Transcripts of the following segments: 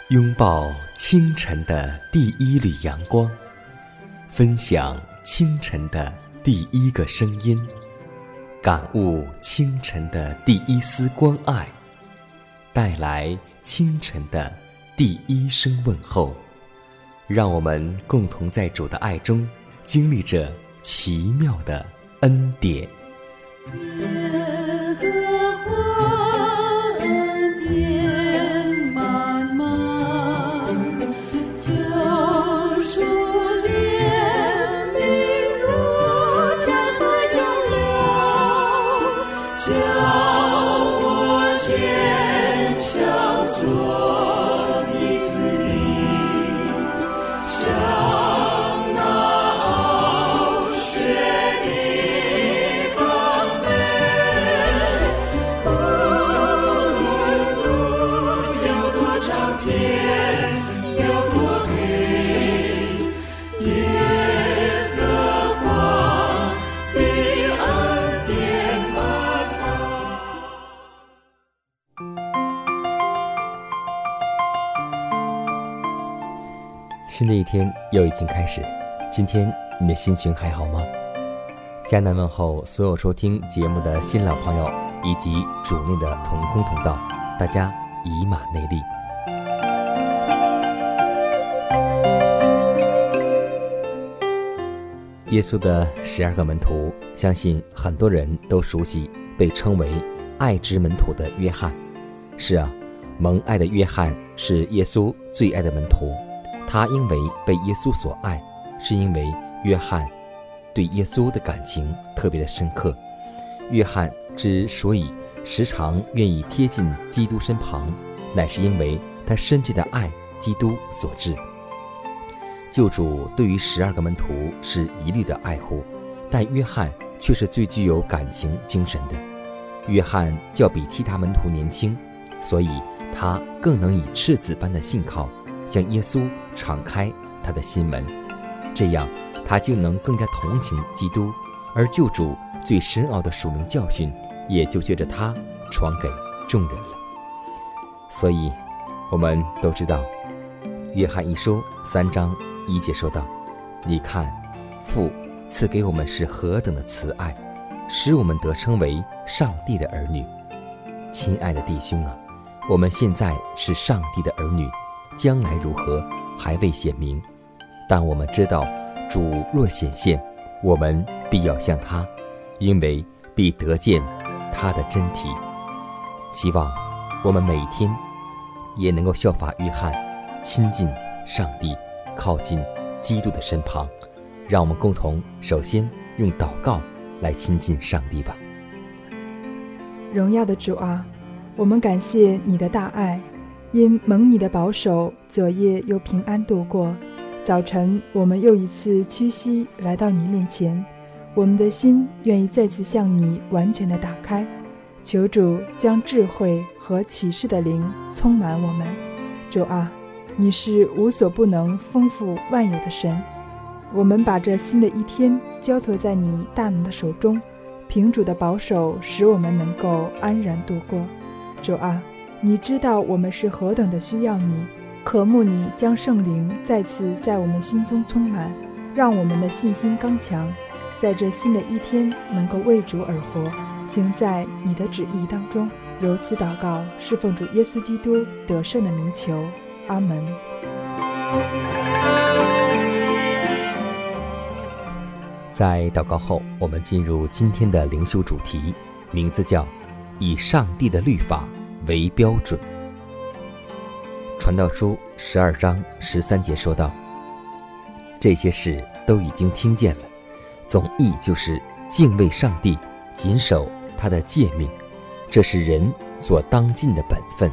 拥抱清晨的第一缕阳光，分享清晨的第一个声音，感悟清晨的第一丝关爱，带来清晨的第一声问候。让我们共同在主的爱中经历着奇妙的恩典。新的一天又已经开始，今天你的心情还好吗？迦南问候所有收听节目的新老朋友以及主内的同工同道，大家以马内利。耶稣的12个门徒，相信很多人都熟悉被称为爱之门徒的约翰。是啊，蒙爱的约翰是耶稣最爱的门徒，他因为被耶稣所爱，是因为约翰对耶稣的感情特别的深刻。约翰之所以时常愿意贴近基督身旁，乃是因为他深切的爱基督所致。救主对于12个门徒是一律的爱护，但约翰却是最具有感情精神的。约翰较比其他门徒年轻，所以他更能以赤子般的信靠向耶稣敞开他的心门，这样他就能更加同情基督，而救主最深奥的属灵教训也就借着他传给众人了。所以我们都知道，约翰一书3章1节说道：你看父赐给我们是何等的慈爱，使我们得称为上帝的儿女。亲爱的弟兄啊，我们现在是上帝的儿女，将来如何还未显明，但我们知道主若显现，我们必要像他，因为必得见他的真体。希望我们每天也能够效法约翰，亲近上帝，靠近基督的身旁。让我们共同首先用祷告来亲近上帝吧。 荣耀的主啊，我们感谢你的大爱，因蒙你的保守，昨夜又平安度过。早晨我们又一次屈膝来到你面前，我们的心愿意再次向你完全的打开。求主将智慧和启示的灵充满我们。主啊，你是无所不能、丰富万有的神，我们把这新的一天交托在你大能的手中，凭主的保守，使我们能够安然度过。主啊，你知道我们是何等的需要你，渴慕你将圣灵再次在我们心中充满，让我们的信心刚强，在这新的一天能够为主而活，行在你的旨意当中。如此祷告，是奉主耶稣基督得胜的名求，阿门。 在祷告后，我们进入今天的灵修主题，名字叫以上帝的律法为标准。传道书12章13节说道：这些事都已经听见了，总意就是敬畏上帝，谨守他的诫命，这是人所当尽的本分。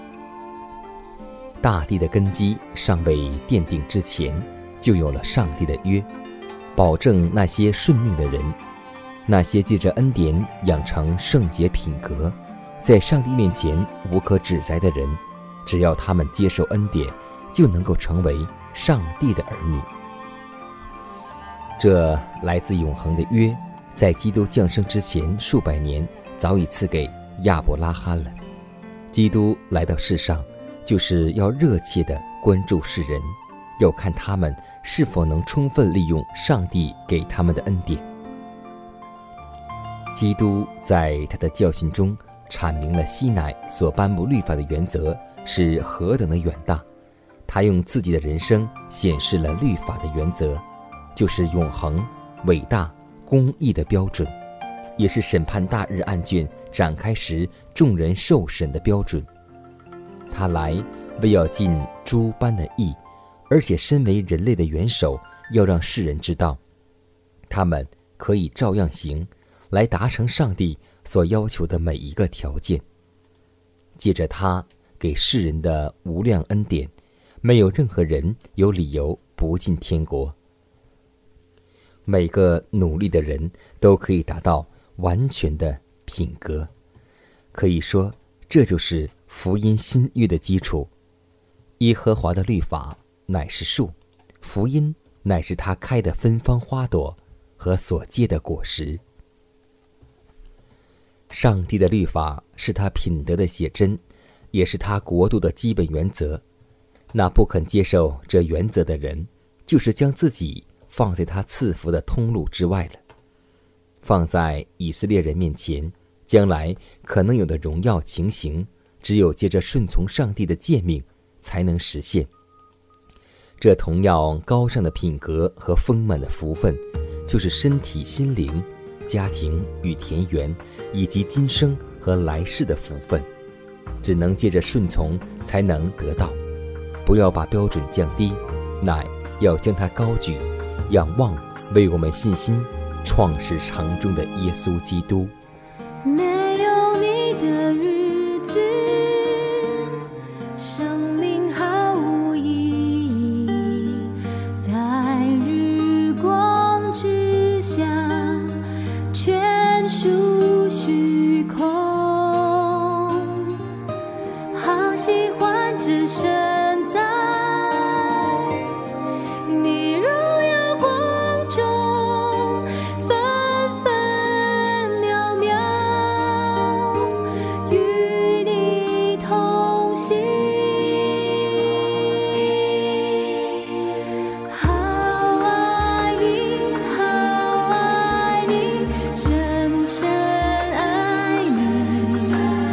大地的根基尚未奠定之前，就有了上帝的约，保证那些顺命的人，那些借着恩典养成圣洁品格，在上帝面前无可指摘的人，只要他们接受恩典，就能够成为上帝的儿女。这来自永恒的约，在基督降生之前数百年早已赐给亚伯拉罕了。基督来到世上， 就是要热切地关注世人，要看他们是否能充分利用上帝给他们的恩典。基督在他的教训中阐明了西乃所颁布律法的原则是何等的远大，他用自己的人生显示了律法的原则，就是永恒、伟大、公义的标准，也是审判大日案卷展开时众人受审的标准。他来为要尽诸般的义，而且身为人类的元首，要让世人知道他们可以照样行，来达成上帝所要求的每一个条件。借着他给世人的无量恩典，没有任何人有理由不进天国。每个努力的人都可以达到完全的品格。可以说，这就是福音新约的基础。耶和华的律法乃是树，福音乃是他开的芬芳花朵和所结的果实。上帝的律法是他品德的写真，也是他国度的基本原则。那不肯接受这原则的人，就是将自己放在他赐福的通路之外了。放在以色列人面前，将来可能有的荣耀情形，只有借着顺从上帝的诫命才能实现。这同样高尚的品格和丰满的福分，就是身体、心灵、家庭与田园，以及今生和来世的福分，只能借着顺从才能得到。不要把标准降低，乃要将它高举，仰望为我们信心创始成终的耶稣基督。 没有你的日子，生命毫无意义，在日光之下全属虚空。好喜欢置身在你荣耀光中，分分秒秒与你同行。好爱你，好爱你，深深爱你，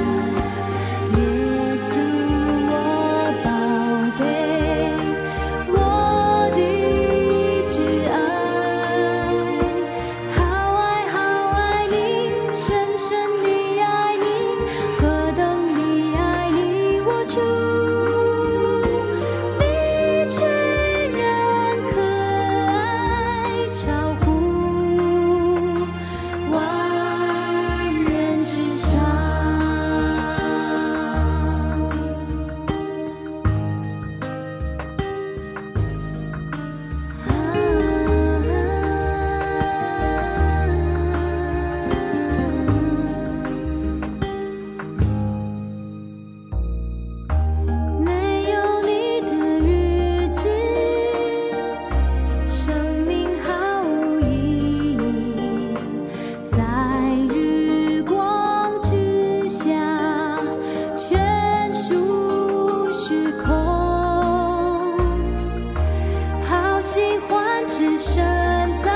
耶稣我宝贝，我的挚爱。好爱你，深深地爱你，何等地爱你，我主，你全然可爱，超乎万人之上。没有你的日子，生命毫无意义，在日光之下全属虚空。好喜欢置身在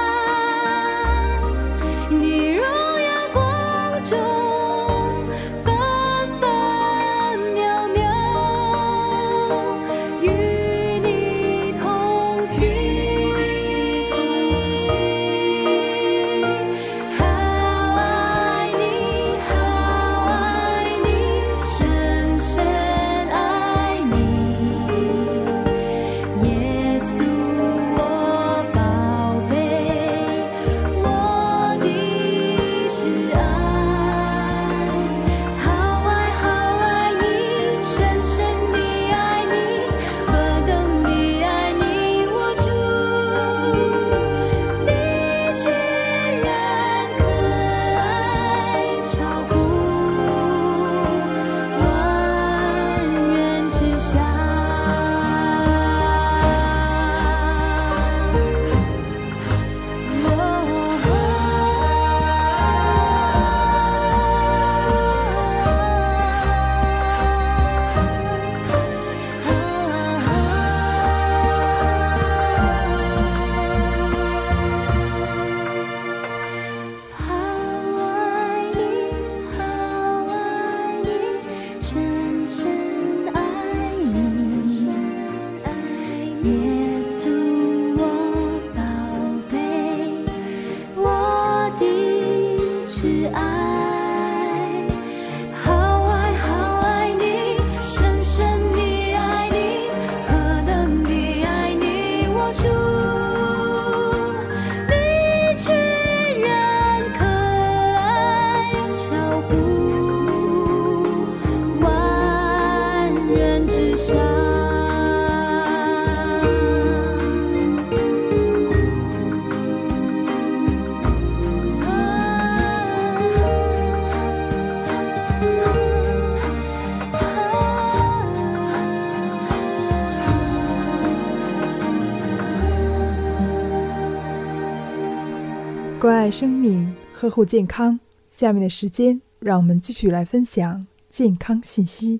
你荣耀光中，分分秒秒与你同行。好爱你，好爱你，深深爱你，耶稣我宝关爱生命，呵护健康。下面的时间，让我们继续来分享健康信息。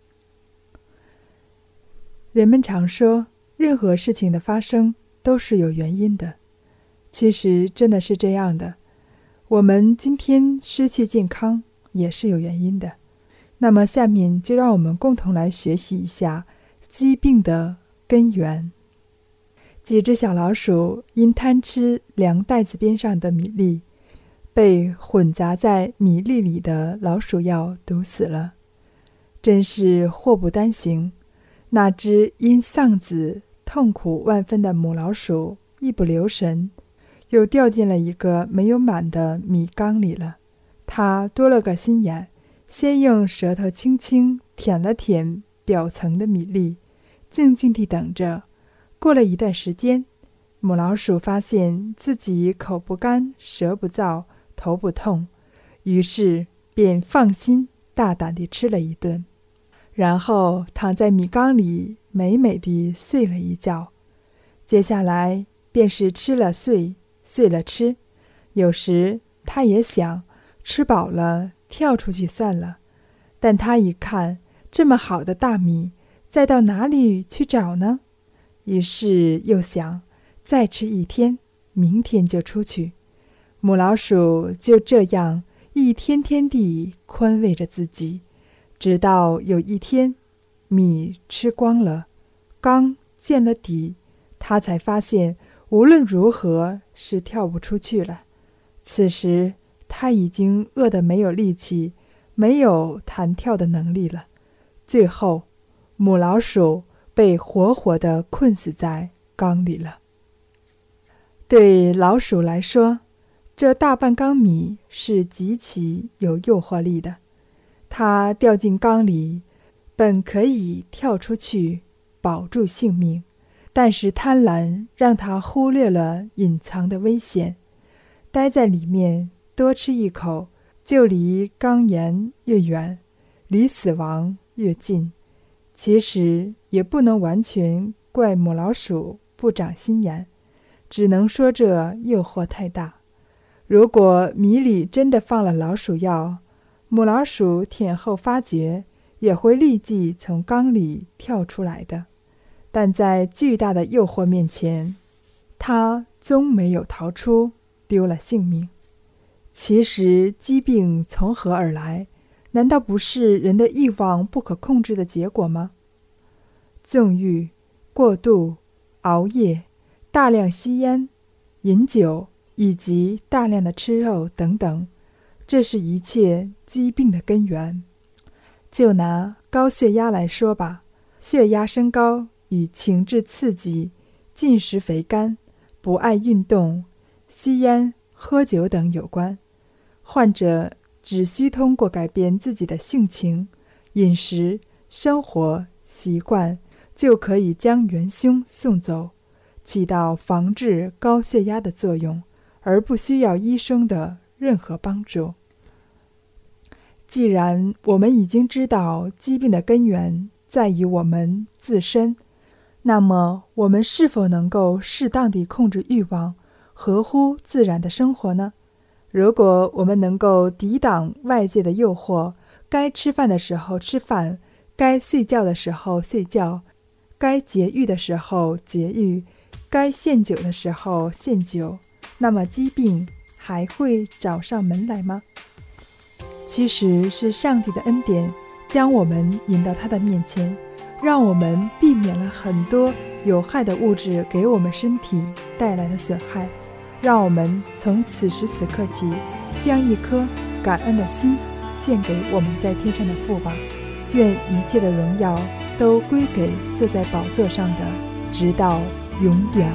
人们常说，任何事情的发生都是有原因的。其实真的是这样的，我们今天失去健康也是有原因的。那么下面就让我们共同来学习一下疾病的根源。几只小老鼠因贪吃粮袋子边上的米粒，被混杂在米粒里的老鼠药毒死了。真是祸不单行，那只因丧子痛苦万分的母老鼠一不留神，又掉进了一个没有满的米缸里了。它多了个心眼，先用舌头轻轻舔了舔表层的米粒，静静地等着。过了一段时间，母老鼠发现自己口不干、舌不燥、头不痛，于是便放心大胆地吃了一顿，然后躺在米缸里美美地睡了一觉。接下来便是吃了睡，睡了吃。有时他也想吃饱了跳出去算了，但他一看这么好的大米，再到哪里去找呢？于是又想再吃一天，明天就出去。母老鼠就这样一天天地宽慰着自己，直到有一天米吃光了，缸见了底，它才发现无论如何是跳不出去了。此时它已经饿得没有力气，没有弹跳的能力了。最后母老鼠被活活地困死在缸里了。对老鼠来说，这大半缸米是极其有诱惑力的。它掉进缸里，本可以跳出去保住性命，但是贪婪让它忽略了隐藏的危险。待在里面多吃一口，就离缸沿越远，离死亡越近。其实也不能完全怪母老鼠不长心眼，只能说这诱惑太大。如果米里真的放了老鼠药，母老鼠舔后发觉，也会立即从缸里跳出来的。但在巨大的诱惑面前，它终没有逃出，丢了性命。其实疾病从何而来？难道不是人的欲望不可控制的结果吗？纵欲、过度、熬夜、大量吸烟、饮酒以及大量的吃肉等等，这是一切疾病的根源。就拿高血压来说吧，血压升高与情志刺激、进食肥甘、不爱运动、吸烟、喝酒等有关。患者只需通过改变自己的性情、饮食、生活习惯，就可以将元凶送走，起到防治高血压的作用，而不需要医生的任何帮助。既然我们已经知道疾病的根源在于我们自身，那么我们是否能够适当地控制欲望，合乎自然的生活呢？如果我们能够抵挡外界的诱惑，该吃饭的时候吃饭，该睡觉的时候睡觉，该节欲的时候节欲，该献酒的时候献酒，那么疾病还会找上门来吗？其实是上帝的恩典将我们引到他的面前，让我们避免了很多有害的物质给我们身体带来的损害。让我们从此时此刻起，将一颗感恩的心献给我们在天上的父吧。愿一切的荣耀都归给坐在宝座上的，直到永远。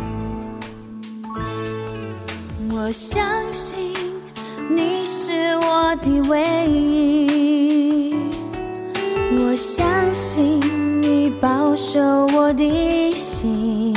我相信你是我的唯一，我相信你保守我的心，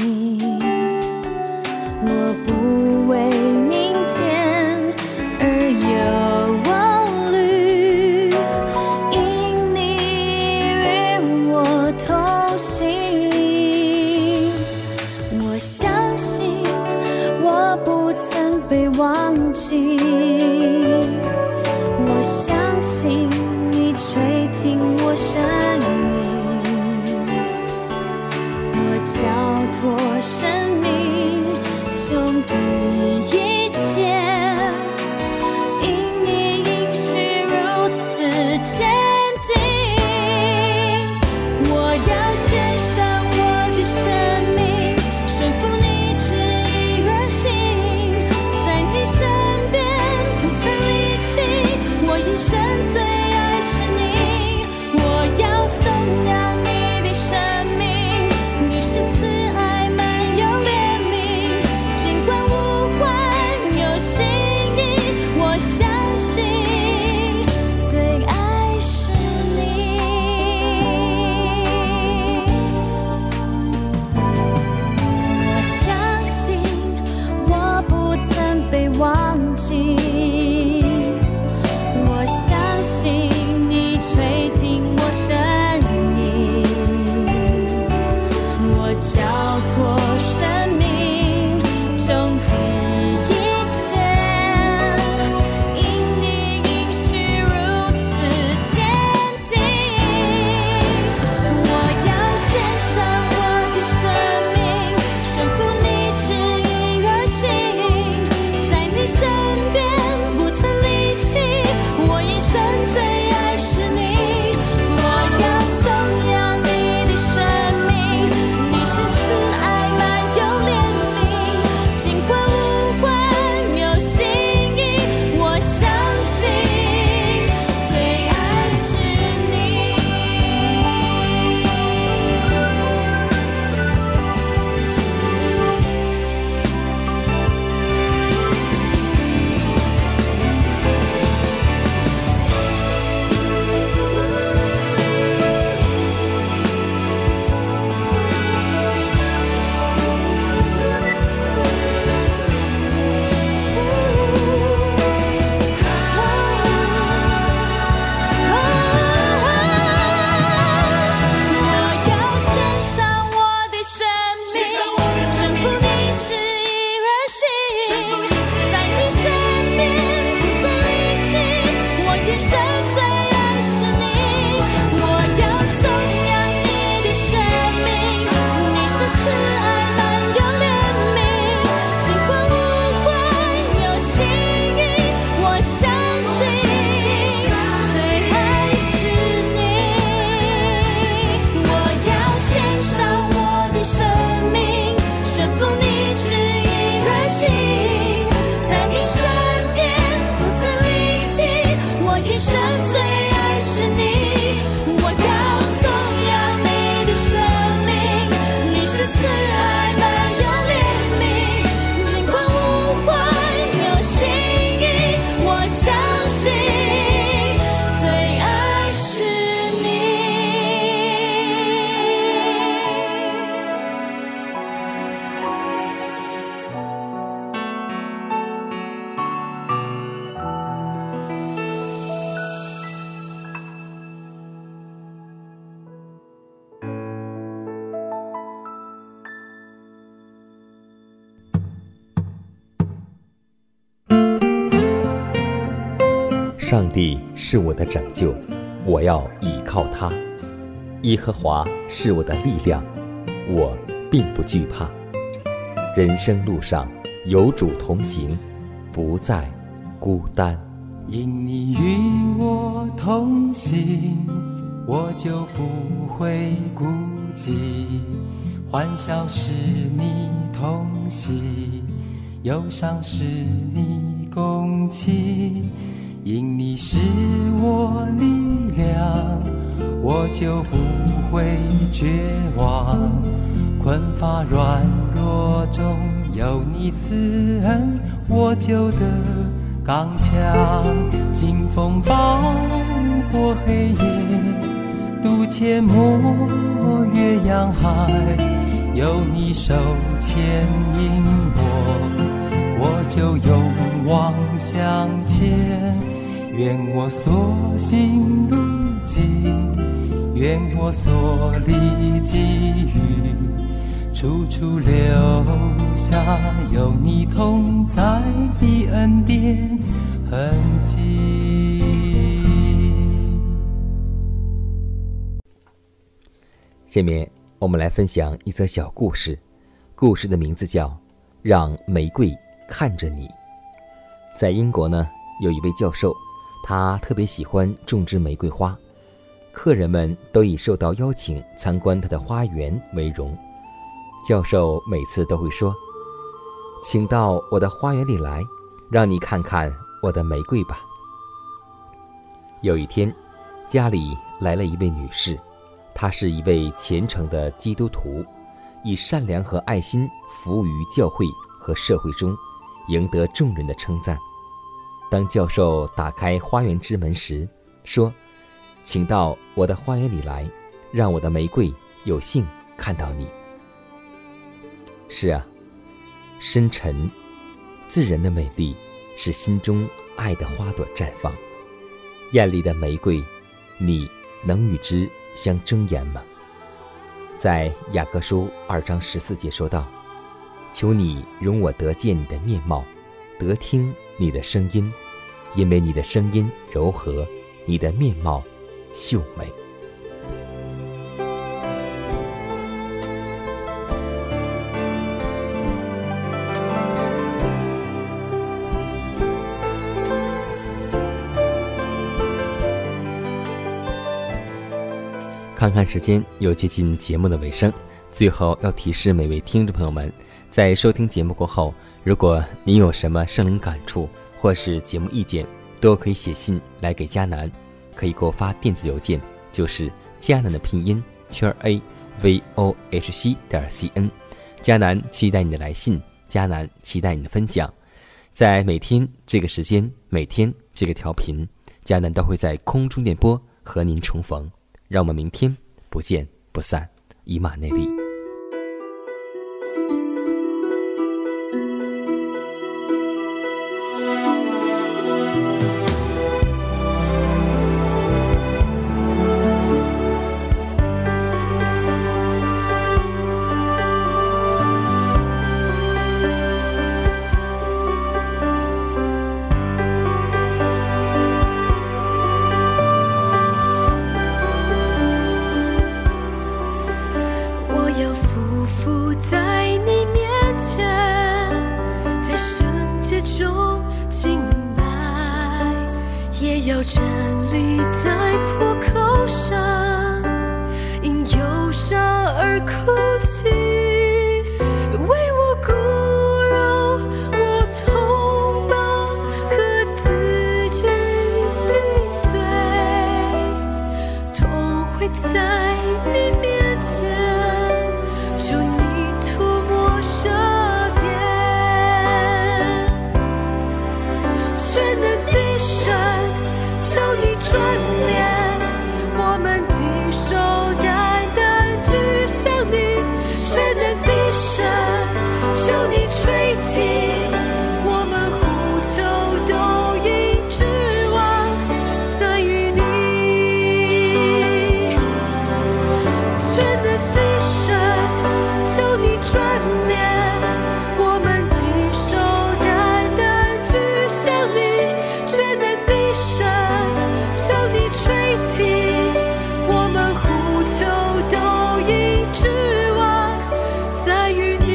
我不为明天而忧虑，因你与我同行。我相信我不曾被忘记。我相信你垂听我声音，我交托生命中的一切，因你应许如此坚定。我要献上我的生命，顺服你旨意而行，在你身边不曾离弃，我一生最爱是你。我要颂扬你的生命，你是慈爱满有怜悯，尽管无患有心意，我相信最爱是你。我相信我不曾被忘记，我相信你垂听我声音，我交托生命中的一切，因你应许如此坚定。我要献上我的生命，顺服你旨意而行，在你身边不曾离弃，我一生最爱是你。我要颂扬你的生命，你是慈爱满有怜悯，尽管无患有心意，我相信最爱是你。我要献上我的生命，顺服你旨意而行，在你身边不曾离弃，我一生最爱是你。我要颂扬你的生命，你是慈爱满有怜悯，尽管无患有心意，我相信最爱是你。我要献上我的生命，顺服你旨意而行，在你身边不曾离弃，我一生最爱是你。我要颂扬你的生命，你是慈爱满有怜悯，尽管无患有心意，我相信最爱是你。 上帝是我的拯救，我要倚靠他。耶和华是我的力量，我并不惧怕。人生路上有主同行，不再孤单。 因你与我同行，我就不会孤寂。欢笑是你同喜，忧伤是你共泣。因你是我力量，我就不会绝望。困乏软弱中有你慈恩，我就得刚强。经风暴或黑夜，渡阡陌越洋海，有你手牵引我就勇往向前。愿我所行路径，愿我所立给予，处处留下下有你同在的恩典痕迹。 下面我们来分享一则小故事，故事的名字叫《让玫瑰看着你》。在英国呢，有一位教授，他特别喜欢种植玫瑰花，客人们都以受到邀请参观他的花园为荣。教授每次都会说：请到我的花园里来，让你看看我的玫瑰吧。有一天，家里来了一位女士，她是一位虔诚的基督徒，以善良和爱心服务于教会和社会中，赢得众人的称赞。当教授打开花园之门时，说：请到我的花园里来，让我的玫瑰有幸看到你。是啊，深沉自然的美丽是心中爱的花朵绽放。艳丽的玫瑰，你能与之相争妍吗？在雅各书2章14节说道：求你容我得见你的面貌，得听你的声音，因为你的声音柔和，你的面貌秀美。看看时间，又接近节目的尾声，最后要提示每位听众朋友们，在收听节目过后，如果您有什么圣灵感触或是节目意见，都可以写信来给迦南，可以给我发电子邮件，就是迦南的拼音@avohc.cn。迦南期待你的来信，迦南期待你的分享。在每天这个时间，每天这个调频，迦南都会在空中电波和您重逢。让我们明天不见不散，以马内利。 站立在破口上，因忧伤而哭泣，为我骨肉，我同胞和自己的罪，同会在你面前，求你涂抹赦免，全能的神，求你转脸，我们的手单单指向你，全能的神，求你垂听，我们呼求都因指望在于你，全能的神，求你转脸，我们的手单单指向你，全能的神，求你垂听，我们呼求都因指望在于你。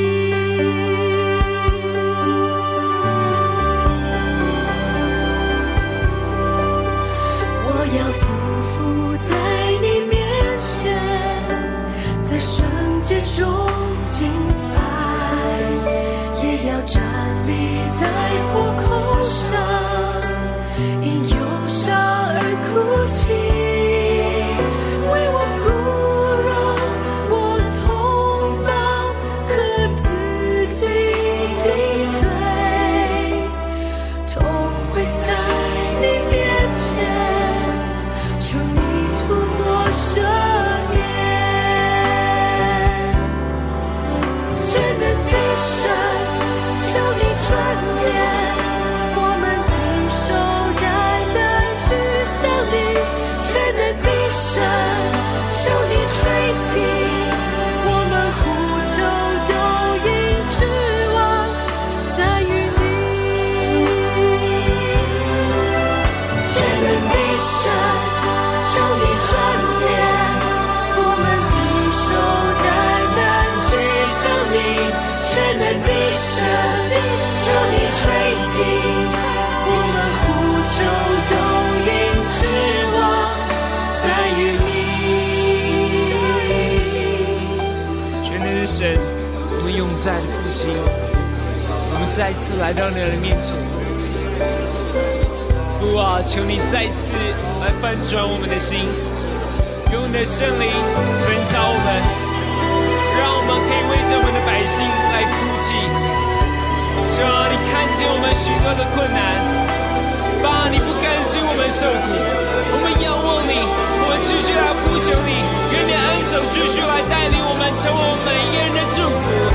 我要匍匐在你面前，在圣洁中敬拜，也要站立在破口上，因忧伤而哭泣，为我骨肉，我同胞和自己的罪，同会在你面前，求你涂抹赦免，全能的神，求你转脸，我们的手单单指向你，全能的神，求你垂听，我们呼求都因指神，求你垂听，我们呼求都因指望在于你。全能的神，我们永在的父亲，我们再次来到你的面前。父啊，求你再次来翻转我们的心，用你的圣灵焚烧我们，让我们可以为着我们的百姓来哭泣。主啊，你看见我们许多的困难，爸，你不甘心我们受苦，我们仰望你，我们继续来呼求你，愿你的恩手继续来带领我们，成为我们每一人的祝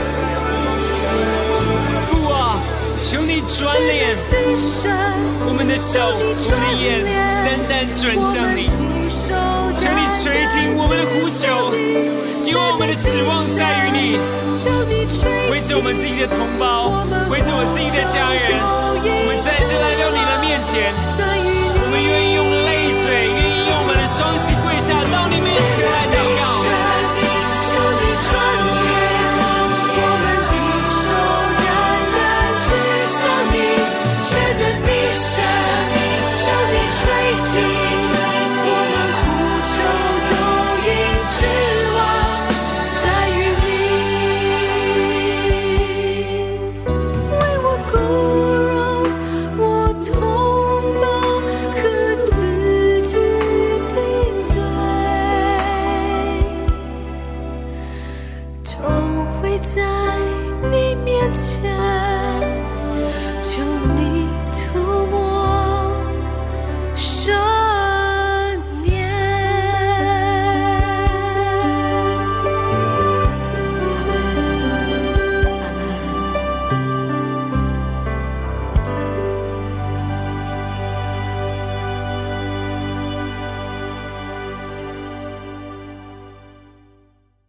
福。父啊，求你转脸，我们的手，我们的眼，单单转向你。求你垂听我们的呼求，因为我们的指望在于你。为着我们自己的同胞，为着我自己的家人，我们再次来到你的面前，我们愿意用泪水，愿意用我们的双膝跪下到你面前来祷告。 在你面前。